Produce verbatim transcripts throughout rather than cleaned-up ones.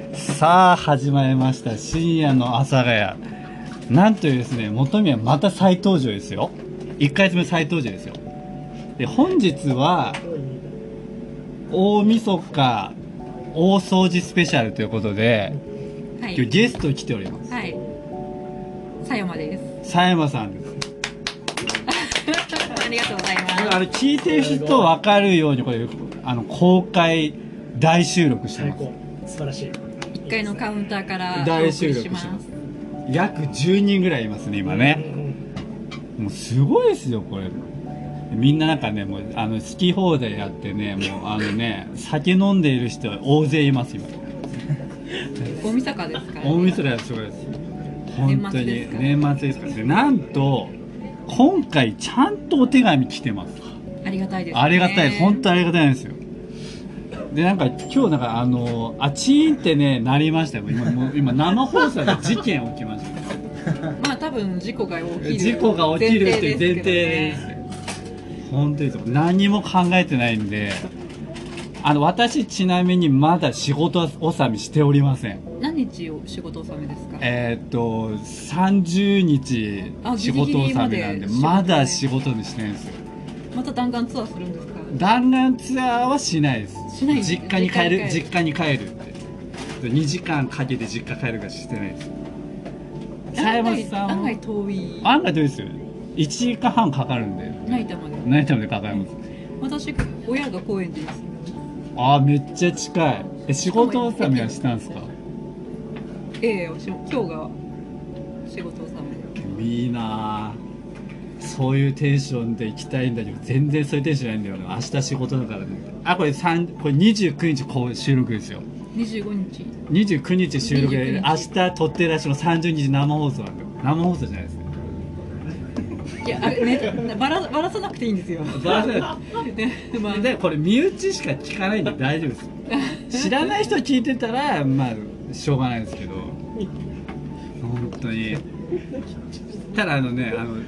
さあ始まりました深夜の阿佐ヶ谷。なんというですね、本宮また再登場ですよ。いっかいつめ再登場ですよ。で本日は大晦日大掃除スペシャルということで、はい、今日ゲスト来ております。 はい、佐山です。 佐山さんです。 ありがとうございます。 あれ聞いてる人分かるようにこれあの公開大収録してます。 素晴らしい。 いっかいのカウンターから大収録します。約じゅうにんぐらいいますね今ね。もうすごいですよこれ。みんななんかねもうあの好き放題やってね、もうあのね酒飲んでいる人大勢います今。 大晦日ですか、ね、 大晦日です。そうです。本当に年末ですからね。なんと今回ちゃんとお手紙来てます。 ありがたいですね。 ありがたい、本当ありがたいんですよ。でなんか今日なんかあのあチーンってねなりましたよ。今もう今生放送で事件起きました。 まあ多分事故が起きる事故が起きるっていう前提です。本当に何も考えてないんで、あの私ちなみにまだ仕事納めしておりません。 何日を仕事納めですか？ えー、っとさんじゅうにち仕事納めなんでまだ仕事にしてないんですよ。 また弾丸ツアーするんですか？ 弾丸ツアーはしないです。 しない。 実家に帰る実家に帰るってにじかんかけて実家帰るかしてないです。 佐山さん案外遠い。 案外遠いですよ。いちじかんはんかかるんで。 成田まで。 成田までかかります。 私親が高円寺です。 ああめっちゃ近い。え仕事納めはしたんですか？ ええ今日が仕事納め。 いいなぁ。そういうテンションで行きたいんだけど全然そういうテンションないんだよね。明日仕事だからね。あこれ三これにじゅうくにちこう収録ですよ。 にじゅうごにち。 にじゅうくにち収録で明日撮ってらっしゃるさんじゅうにち生放送なんだよ。生放送じゃないです。 いやあれねバラバラさなくていいんですよ。 バラさなくて。まあでこれ身内しか聞かないんで大丈夫です。知らない人聞いてたらまあしょうがないですけど。本当に。ただあのねあの。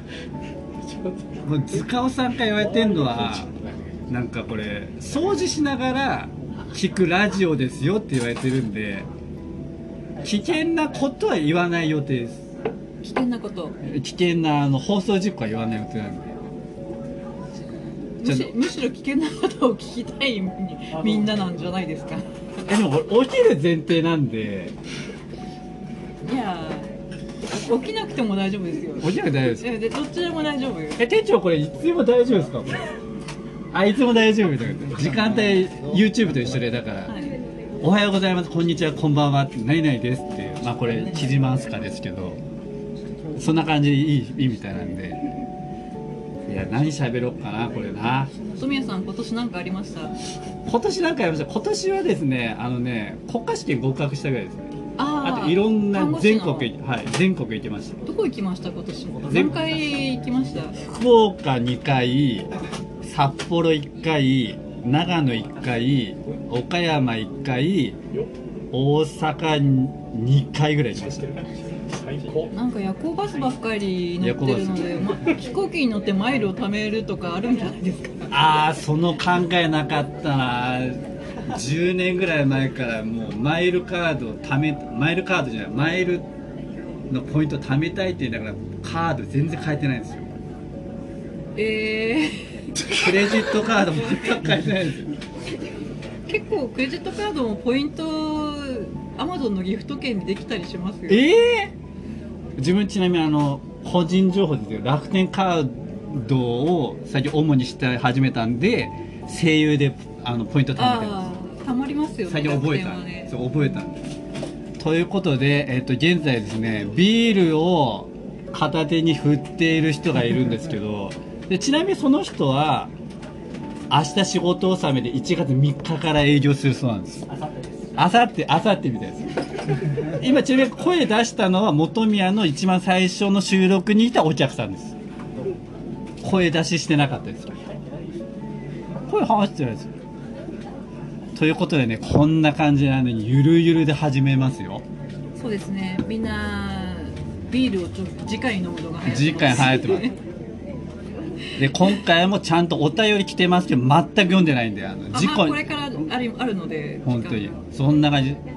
塚尾さんから言われてるのはなんかこれ掃除しながら聞くラジオですよって言われてるんで危険なことは言わない予定です。 危険なこと危険なあの放送事故は言わない予定なんでむしむしろ危険なことを聞きたいみんななんじゃないですか。 えでもこれ起きる前提なんでいや起きなくても大丈夫ですよ。 起きなくて大丈夫です。 でどっちでも大丈夫よ。 え店長これいつでも大丈夫ですか？これあいつも大丈夫みたいな時間帯 YouTube と一緒でだから、はい、おはようございますこんにちはこんばんは何々ですっていうまあこれ木島明日香ですけどそんな感じでいいいいみたいなんでいや何喋ろうかなこれな。 富谷さん今年何かありました？ 今年なんかやりました。今年はですねあのね国家試験合格したぐらいですね。 あ, あといろんな全国はい全国行きました。 どこ行きました今年？何回行きました？ 福岡にかい、札幌いっかい、長野いっかい、岡山いっかい、大阪にかいぐらい行きました。 なんか夜行バスばっかり乗ってるので、ま、飛行機に乗ってマイルを貯めるとかあるんじゃないですか？ ああその考えなかったな。じゅうねんぐらい前からもうマイルカードを貯めマイルカードじゃないマイルのポイントを貯めたいって言いながらカード全然変えてないんですよ。 えー、クレジットカード全く変えてないんですよ。 結構クレジットカードもポイントアマゾンのギフト券にできたりしますよ。 えー、自分ちなみにあの個人情報ですけど楽天カードを最近主にして始めたんで声優であのポイント貯めてます。 たまりますよね。 最近覚えた、ね、そう覚えたんです。ということで、えっと、現在ですねビールを片手に振っている人がいるんですけどでちなみにその人は明日仕事納めでいちがつみっかから営業するそうなんです。あさってあさってみたいです。今ちなみに声出したのは本宮の一番最初の収録にいたお客さんです。声出ししてなかったです。声話してないですよ。ということでねこんな感じなのにゆるゆるで始めますよ。 そうですねみんなビールをちょっと直に飲むのが流行ってます。 直に流行ってますで今回もちゃんとお便り来てますけど全く読んでないんであの事故これからあるあるので本当にそんな感じ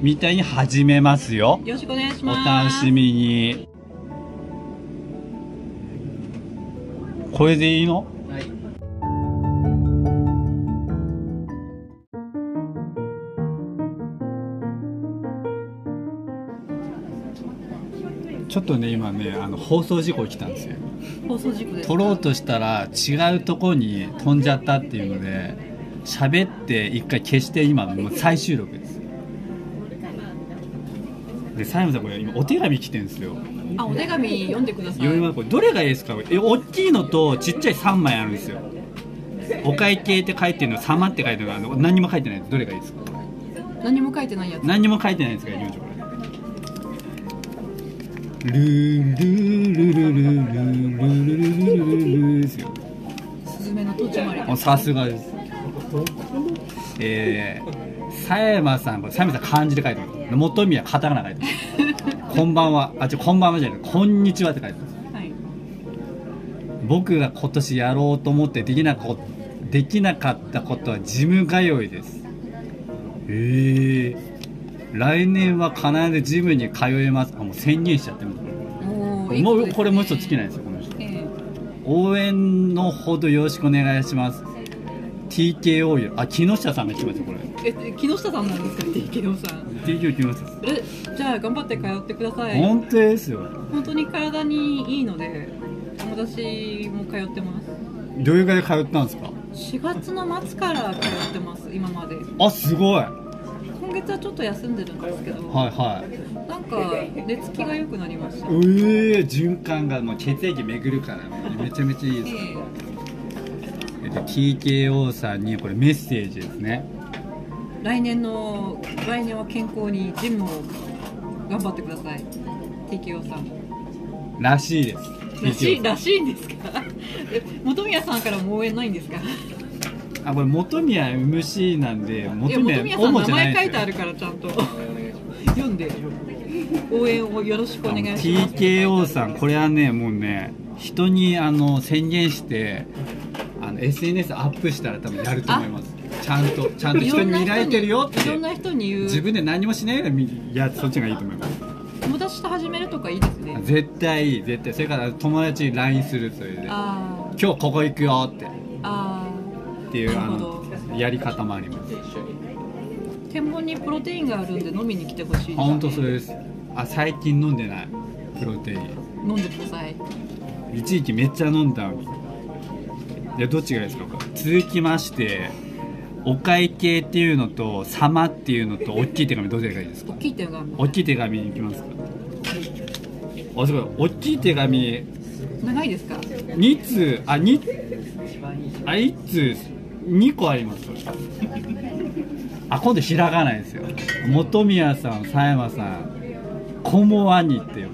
みたいに始めますよ。 よろしくお願いしおます。 楽しみに。これでいいの？ はい。 ちょっとね今ねあの放送事故起きたんですよ。 放送事故ですか？ 撮ろうとしたら違うとこに飛んじゃったっていうので喋って一回消して今もう再収録です。でサイモンさんこれ今お手紙来てるんですよ。 あ、お手紙読んでください。 読みます。これどれがいいですか？え大きいのとちっちゃいさんまいあるんですよ。お会計って書いてるの様って書いてるのあの何も書いてないやつどれがいいですか？ 何も書いてないやつ。 何も書いてないですか？読みましょう。ルールールルルルルルルルルルですよ。 スズメの戸締まりです。 さすがです。えー、佐山さん、これ佐山さん漢字で書いてます。元宮カタカナ書いてます。こんばんは、あ、違う、こんばんはじゃない、こんにちはって書いてます。 はい。 僕が今年やろうと思ってできなこできなかったことはジム通いです。えー、来年は必ずジムに通います。あ、もう宣言しちゃってます。 おー、 もういいこれもう一つ尽きないですよこの人。 ええ、 応援のほどよろしくお願いします。 ティーケーオー よ、あ、木下さんが来てますよこれ。 え、木下さんなんですか？ ティーケーオー さん。 ティーケーオー 木下さん。 え、じゃあ頑張って通ってください。 本当ですよ。 本当に体にいいので私も通ってます。 どれぐらい通ったんですか？ しがつの末から通ってます今まで。 あ、すごい。は今月はちょっと休んでるんですけど、 いはいなんか寝つきが良くなりました。 えー、循環がもう血液巡るからめちゃめちゃいいです。 ええっと ティーケーオー さんにこれメッセージですね。 え、来年の来年は健康にジムを頑張ってください。 ティーケーオー さんらしいです。 らしいティーケーオーらしいんですか？え、本宮さんからも応援ないんですか？ あ、これ元宮 エムシー なんでいや、 元本宮宮さん名主じゃないですよ。 前書いてあるからちゃんと読んで応援をよろしくお願いします。 ティーケーオー さんこれはねもうね人にあの宣言してあの エスエヌエス アップしたら多分やると思います。ちゃんとちゃんと人に見られてるよっていろんな人に言う。 自分で何もしないよりいやそっちがいいと思います。 友達と始めるとかいいですね。 絶対いい絶対。それから友達に ライン する。それであ今日ここ行くよってあっていうあなるほどのやり方もあります。 検問にプロテインがあるんで飲みに来てほしいです。 本当それです。あ、最近飲んでないプロテイン。 飲んでください。 一時期めっちゃ飲んだのに。いやどっちがいいですか？続きましてお会計っていうのと様っていうのと大きい手紙どちらがいいですか？ 大きい手紙。 大きい手紙に行きますか？あ、すごい。大きい手紙長いですか？ に通、あ、にあ、いち通にこあります。あ、今度ひらがないですよ。本宮さん、佐山さん、こもワニってよ。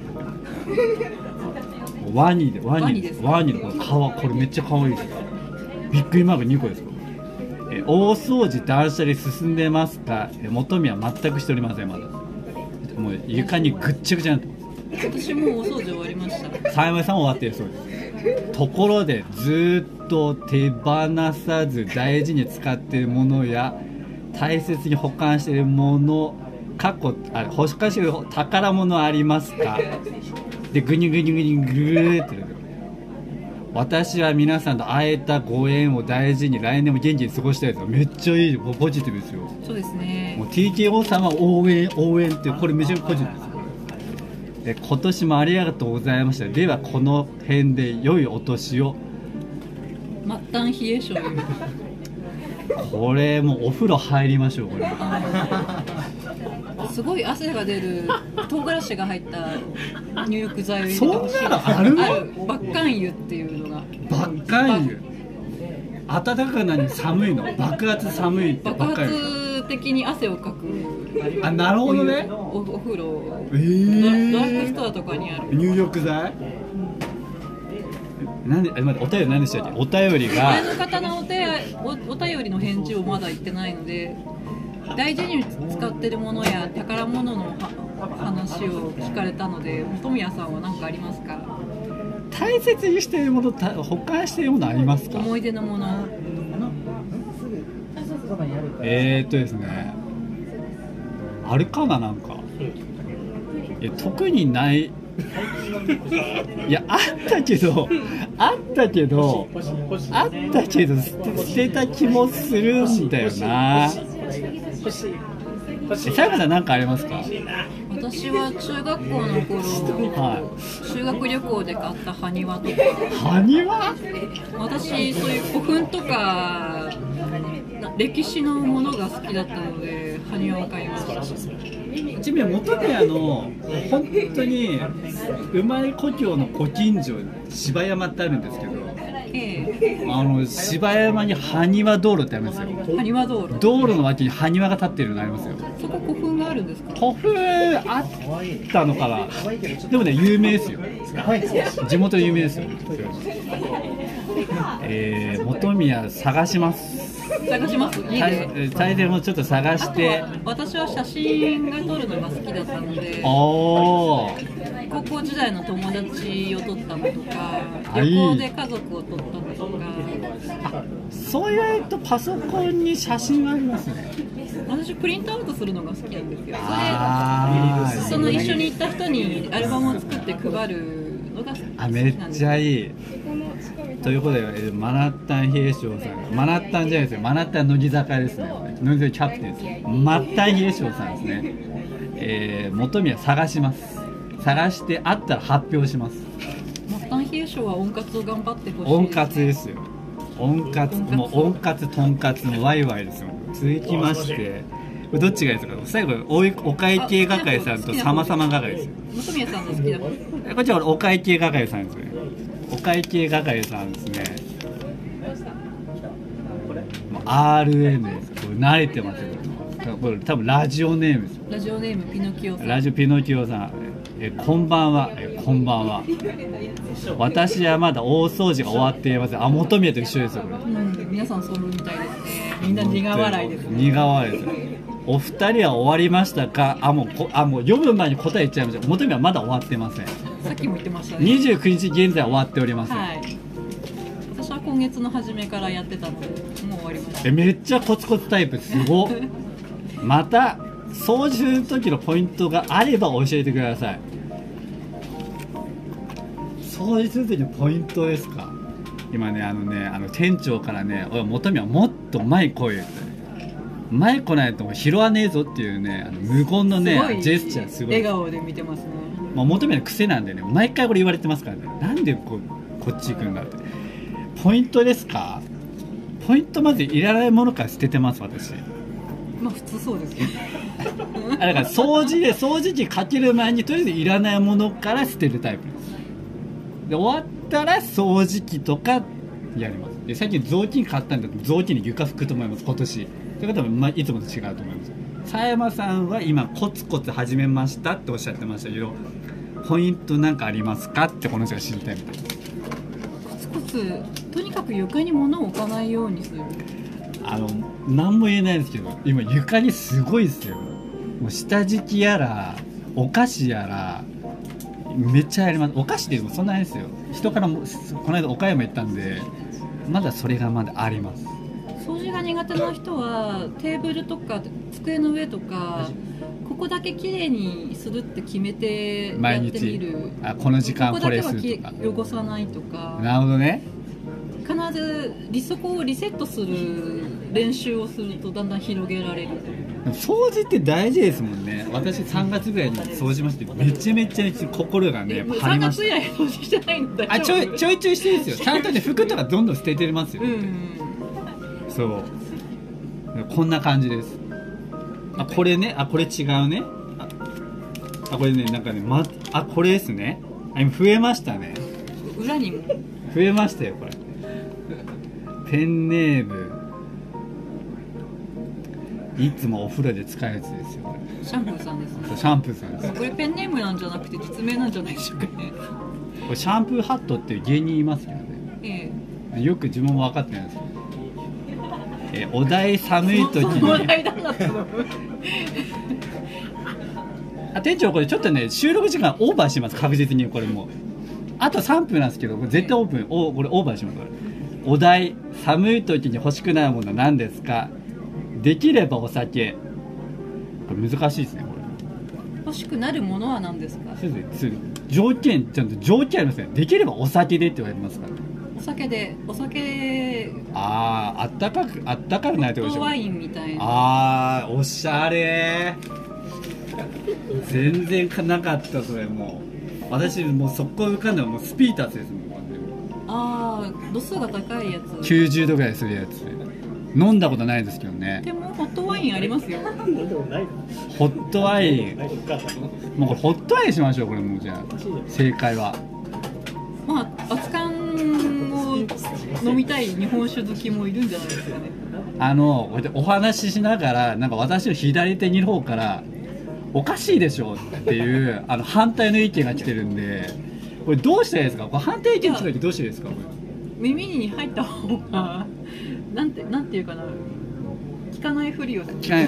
ワニで、ワニです。ワニのこの皮、これめっちゃ可愛いですよ。びっくりマークにこです。え、大掃除断捨離進んでますか？え、本宮全くしておりませんまだ。もう床にぐっちゃぐちゃになってます。 私もうお掃除終わりました。 佐山さんも終わってるそうです。ところでずっと手放さず大事に使っているものや大切に保管しているもの過去あ保管している宝物ありますか？でグニグニグニグーって私は皆さんと会えたご縁を大事に来年も元気に過ごしたいですよ。めっちゃいいポジティブですよ。 そうですね。 もう ティーケーオー さんは応援応援ってこれめちゃポジティブです。え今年もありがとうございました。ではこの辺で良いお年を。 末端冷え醤油。 これもうお風呂入りましょう。これすごい汗が出る唐辛子が入った入浴剤を入れてほしい。 そんなのある？ あるバッカン油っていうのが。 バッカン油。暖かくなり寒いの？爆発寒いってバ爆ッカン油。 発的に汗をかく。 あ、なるほどね。 お, お風呂、 えー、 ドラッグストアとかにある入浴剤。なんで、あ、待って、お便り何でしたっけ？お便りが前の方のお手お, お便りの返事をまだ言ってないので、大事に使ってるものや宝物の話を聞かれたので、本宮さんは何かありますか？ 大切にしているもの、保管しているものありますか？ 思い出のもの。 えーっとですね、 あるかな、なんか。いや特にない。いやあったけどあったけどあったけど捨て、捨てた気もするんだよな。え、さやかさん何かありますか？ 私は中学校の頃、 は修学旅行で買った埴輪とか、 埴輪？ 私そういう古墳とか歴史のものが好きだったので埴輪を買いました。 ちなみに本宮の本当に生まれ故郷のご近所芝山ってあるんですけど、 ええ、 あの芝山に埴輪道路ってありますよ。 埴輪道路。 道路の脇に埴輪が立ってるのありますよ。 そこ古墳があるんですか？ 古墳あったのかな。でもね有名ですよ。地元有名ですよ。えー、本宮探します。 探します。いいです。 大抵もちょっと探して。 私は写真が撮るのが好きだったので、 お高校時代の友達を撮ったのとか、旅行で家族を撮ったのとか。 あ、そう言われるとパソコンに写真がありますね。 私プリントアウトするのが好きなんですよ。それその一緒に行った人にアルバムを作って配るのが好きなんです。 あ、めっちゃいい。ということで、マナッタン平昌さん、マナッタンじゃないですよ、マナッタン乃木坂ですね、乃木坂キャプテンです。マッタン平昌さんですね。えー、本宮探します。探してあったら発表します。 マッタン平昌は温活を頑張ってほしい。 温活ですよ。温活、もう温活、とんかつのワイワイですよ。続きまして、どっちがいいですか？最後、お, お会計係さんと様々係ですよ。 本宮さんの好きな方。 こっちはお会計係さんですよね。お会計係さんですね。アールエヌ です。これ慣れてますよ。これ多分ラジオネームです。 ラジオネームピノキオさん。 ラジオピノキオさん。えこんばんは。えこんばんは。私はまだ大掃除が終わっています。あ、本宮と一緒ですよ。これ。 うん、皆さんそうみたいですね。みんな苦笑いです、ね。 苦笑いです。お二人は終わりましたか？あ、もうこあもう読む前に答え言っちゃいました。本宮はまだ終わってません。 さっきも言ってましたね。 にじゅうくにち現在終わっております。 はい。私は今月の初めからやってたので、もう終わりました。 え、めっちゃコツコツタイプ、すごっ。また掃除する時のポイントがあれば教えてください。掃除する時のポイントですか？今ね、あのね、あの店長からね、おい本宮もっと前来いよって。前来ないともう拾わねえぞっていうね、あの無言のねジェスチャーすごい。 笑顔で見てますね。 まあ本宮の癖なんでね、毎回これ言われてますからね。なんでここっち行くんだって。ポイントですか？ポイントまずいらないものから捨ててます私。 まあ普通そうですよ。 あ、だから掃除で掃除機かける前にとりあえずいらないものから捨てるタイプです。で終わったら掃除機とかやります。で最近雑巾買ったんで雑巾に床拭くと思います今年。ということは、まあ、いつもと違うと思います。狭山さんは今コツコツ始めましたっておっしゃってましたけど、ポイントなんかありますかってこの人が知りたいみたいです。 コツコツとにかく床に物を置かないようにする。 あの何も言えないんですけど今床にすごいですよ。もう下敷きやらお菓子やらめっちゃあります。お菓子でもそんなにですよ。人からもこの間岡山行ったんでまだそれがまだあります。 掃除が苦手な人はテーブルとか机の上とかここだけきれいにするって決めてやってみる。 あ、この時間これするとか。 ここだけは汚さないとか。 なるほどね。 必ず理そこをリセットする練習をするとだんだん広げられる。 掃除って大事ですもんね。私さんがつぐらいに掃除ましてめちゃめちゃ心がねやっぱ張りました。さんがつ以来掃除してないんだよ。あ、ちょいちょいちょいしてるんですよ。ちゃんとね服とかどんどん捨ててますよ。うん、そうこんな感じです。あ、これね、あ、これ違うね。あ、あこれね、なんかね、ま、あ、これですね。あ、今増えましたね。 裏にも増えましたよこれ。ペンネームいつもお風呂で使うやつですよ。 シャンプーさんですね。 シャンプーさんです。 これペンネームなんじゃなくて実名なんじゃないでしょうかね。 これシャンプーハットっていう芸人いますけどね。ええ、よく自分も分かってないんですけど、えお題寒い時にお題だなと思う。 あ、店長これちょっとね収録時間オーバーします確実に。これもあとさんぷんなんですけどこれ絶対オープンおこれオーバーします。これお題寒い時に欲しくないものは何ですか？できればお酒。 これ難しいですねこれ。 欲しくなるものは何ですか？ そうですね、条件ちゃんと条件ありますね。できればお酒でって言われてますからね。 お酒で、お酒、 ああ、あったかくあったかくないってことでしょ。 ホットワインみたいな。 ああ、おしゃれ全然なかった。それもう私もう速攻浮かんだのもうスピータスですもん。 ああ、度数が高いやつ。 きゅうじゅうどぐらいするやつ飲んだことないですけどね。 でもホットワインありますよ。 ホットワイン、もうこれホットワインしましょう。これもうじゃあ正解はまあ熱燗を飲みたい日本酒好きもいるんじゃないですかね。 あのこうやってお話ししながらなんか私の左手に方からおかしいでしょっていうあの反対の意見が来てるんで、これどうしたらいいですか？これ反対意見つけてどうしたらいいですか？これ耳に入った方がなんてなんていうかな、聞かないふりをする。 聞かない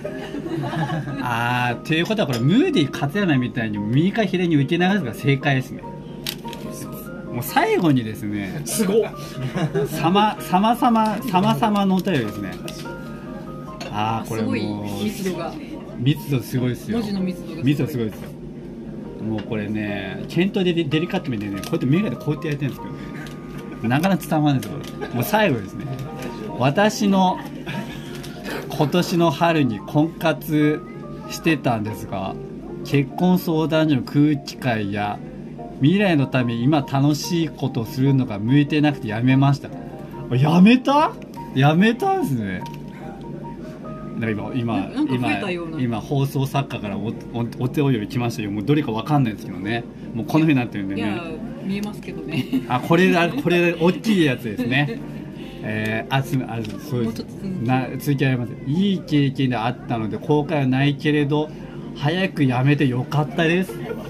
あーっていうことはこれムーディ勝山みたいに右か左に受け流すのが正解ですね。もう最後にですね、 すごっさまさまさまさまさまのお便りですね。ああこれもうすごい密度が、 密度すごいですよ。 文字の密度がすごい。 密度すごいですよ。もうこれね、検討でデリカット目でね、こうやって眼鏡でこうやってやってるんですけどね、なかなか伝わらないですよこれ。もう最後ですね、私の今年の春に婚活してたんですが、結婚相談所の空気感や未来のために今楽しいことをするのが向いてなくてやめました。やめたやめたんですね。だから今今なんか増えたような。 今今放送作家からおおお手及び来ましたよ。もうどれかわかんないですけどね、もうこの風になってるんでいやね。 見えますけどね。 あこれだこれ大きいやつですね。えー、あつあそうですもうちょっと続きな続きあります。いい経験であったので後悔はないけれど早くやめてよかったです。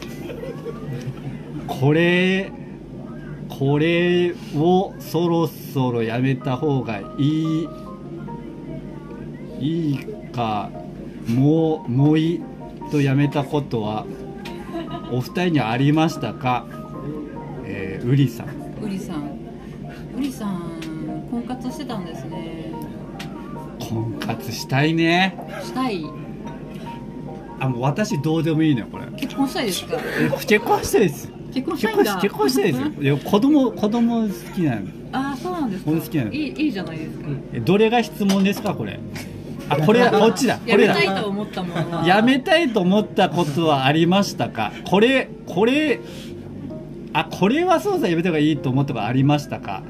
これこれをそろそろやめた方がいいいいかもうもういいとやめたことはお二人にはありましたか？えー、ウリさん。 ウリさん、ウリさん婚活してたんですね。 婚活したいね。 したい。 あもう私どうでもいいのよこれ。 結婚したいですか？ え結婚したいです。 結婚した結婚いんだ。 し結婚したいですよ。いや子供子供好きなの。 ああそうなんですか。 子供好きなの。 いいいいじゃないですか。 えどれが質問ですかこれ？あこれこっちだ。こやめれだ。 たいと思ったものは。 やめたいと思ったことはありましたか？これこれあこれはそうさやめた方がいいと思ったことありましたか？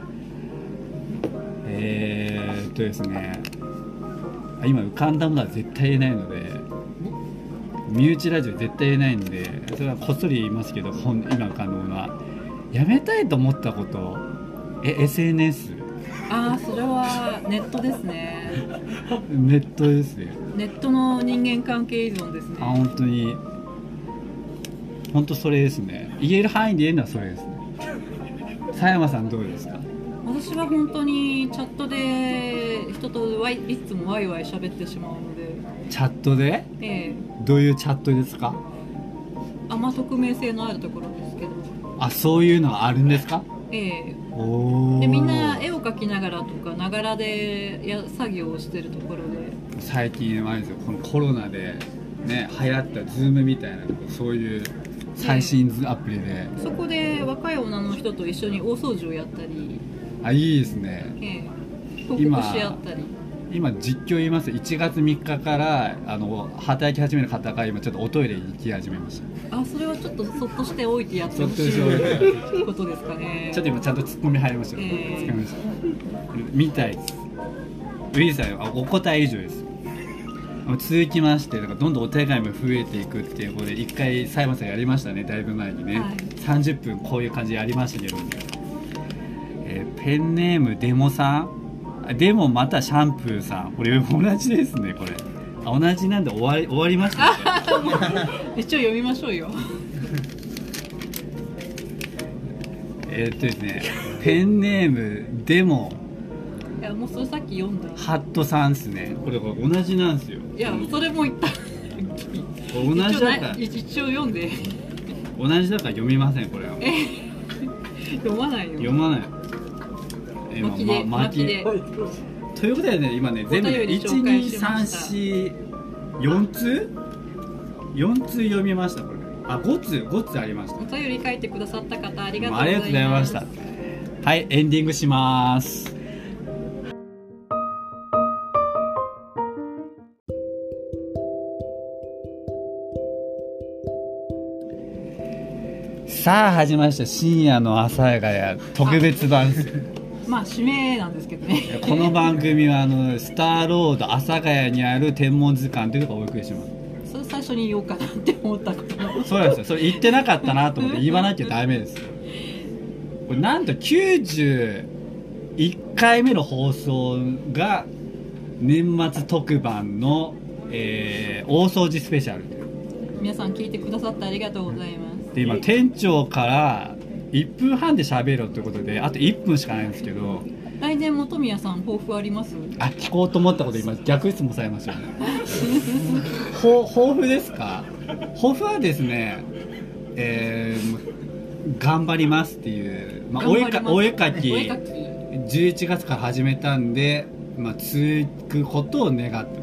えーっとですね、今浮かんだものは絶対言えないので、身内ラジオ絶対言えないんで、それはこっそり言いますけど、ほん今浮かんだものはやめたいと思ったこと、え エスエヌエス？ ああそれはネットですね。 ネットですね。 ネットの人間関係依存ですね。 あ本当に本当それですね。言える範囲で言えるのはそれですね。佐山さんどうですか？ 私は本当にチャットで人とワイいつもワイワイ喋ってしまうので、 チャットで？ ええ、 どういうチャットですか？ あんま匿名性のあるところですけど、 あそういうのがあるんですか？ ええ、 おーでみんな絵を描きながらとかながらでや作業をしてるところで、 最近あれですよ、このコロナでね流行ったズームみたいなそういう最新アプリで、 そこで若い女の人と一緒に大掃除をやったり、 あいいですね。 ええ、報告し合ったり。 今実況言いますよ。いちがつみっかからあの働き始める方が今ちょっとおトイレに行き始めました。 あそれはちょっとそっとしておいてやってほしいそっとしておいてことですかね。 ちょっと今ちゃんとツッコミ入りましたよ、 えーツッコミましたみたいです。ウィーさんあお答え以上です。続きましてだからどんどんお手紙も増えていくっていうことで一回佐山さんやりましたね、だいぶ前にね、 はい、 さんじゅっぷんこういう感じでやりましたけど、えー、ペンネームデモさん、でもまたシャンプーさん、これ同じですね。これあ同じなんで終わり終わりました、ね、 一応読みましょうよ。 えーっとですねペンネームでもいやもうそれさっき読んだ。 ハットさんですね。これこれ同じなんですよ。 いやそれも言った。 同じだから一応一応読んで。 同じだから読みませんこれは。 読まないよ。 読まない。今巻きでま巻きで。 ということでね今ね全部でいちにさんしよん通 ?よん 通読みましたこれ。あ、ご通、ご通ありました。 お便り書いてくださった方ありがとうございます。 ありがとうございました。はい、エンディングします。さあ始まりました。深夜の阿佐ヶ谷特別版です。 まあ締めなんですけどね。 この番組はあのスターロード阿佐ヶ谷にある天文図鑑というところをお送りします。 それ最初に言おうかなって思ったこと。 そうなんですよ。それ言ってなかったなと思って言わなきゃダメですよ。これなんときゅうじゅういっかいめの放送が年末特番の、えー、大掃除スペシャル。 皆さん聞いてくださってありがとうございます。 で今店長からいっぷんはんで喋ろうということであといっぷんしかないんですけど、 来年も富谷さん抱負あります？ あ、聞こうと思ったこと今逆質問されましたよね。ほ抱負ですか？抱負はですね、えー、頑張りますっていう、まあ、お絵かお絵描きお絵描きじゅういちがつから始めたんで、まあ、続くことを願ってます。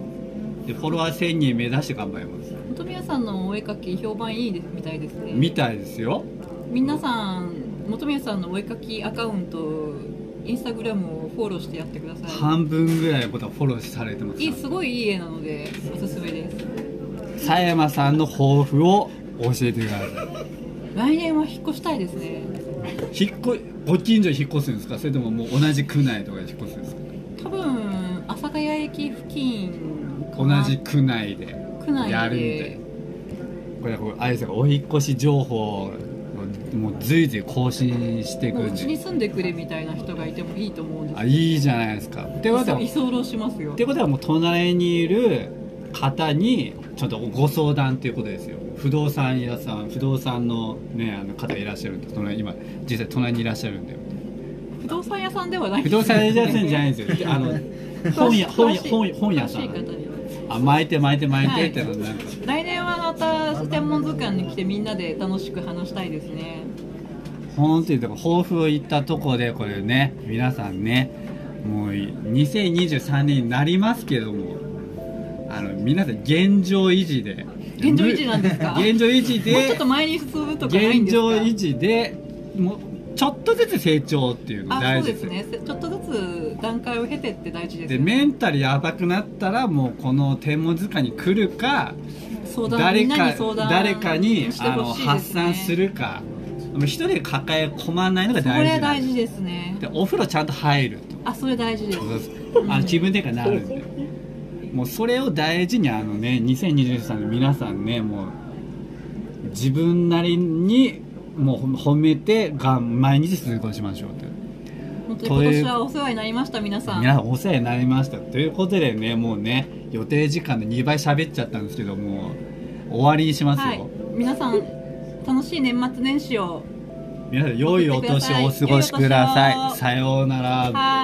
でフォロワーせんにん目指して頑張ります。 富谷さんのお絵描き評判いいですみたいですね。 みたいですよ。 皆さん本宮さんのお絵描きアカウントインスタグラムをフォローしてやってください。 半分ぐらいのことはフォローされてます。 いい、すごいいい絵なのでおすすめです。 佐山さんの抱負を教えてください。 来年は引っ越したいですね。 引っ越ご近所に引っ越すんですか？それとももう同じ区内とかに引っ越すんですか？ 多分阿佐ヶ谷駅付近同じ区内で区内でやるんで、これはこうあれですか、お引っ越し情報もう随時更新していくんで、 もううちに住んでくれみたいな人がいてもいいと思うんです。 あ、いいじゃないですか。ってことは居候しますよ。 ってことはもう隣にいる方にちょっとご相談ということですよ。不動産屋さん、不動産のねあの方いらっしゃるんで、隣今実際隣にいらっしゃるんで。 不動産屋さんではない。 不動産屋さんじゃないんですよ。あの本屋本屋本屋本屋さん。あ、巻いて巻いて巻いてってのなんか、はい、 来年はまた天文図鑑に来てみんなで楽しく話したいですね。 本当に抱負を言ったところでこれね、皆さんね、もうにせんにじゅうさんねんになりますけども、あの皆さん現状維持で、 現状維持なんですか？ 現状維持で、 もうちょっと前に進むとかないんですか？ 現状維持でもうちょっとずつ成長っていうの大事です。 あ、そうですね。ちょっとずつ段階を経てって大事です、ね、 でメンタルやばくなったらもうこの天文図鑑に来るか、 相談誰かに相談誰かにしてほしいですね。 あの発散するか、一人で抱え込まないのが大事。 それ大事ですね。 でお風呂ちゃんと入ると、 あ、それ大事です。 あの気分転換になるんで、もうそれを大事にあのねにせんにじゅうさんの皆さんね、もう自分なりにもう褒めてが毎日過ごしましょうと。 本当に今年はお世話になりました。皆さん皆さんお世話になりましたということでね、もうね予定時間でにばい喋っちゃったんですけども終わりにしますよ、はい、 皆さん楽しい年末年始を、 皆さん良いお年をお過ごしください。さようなら。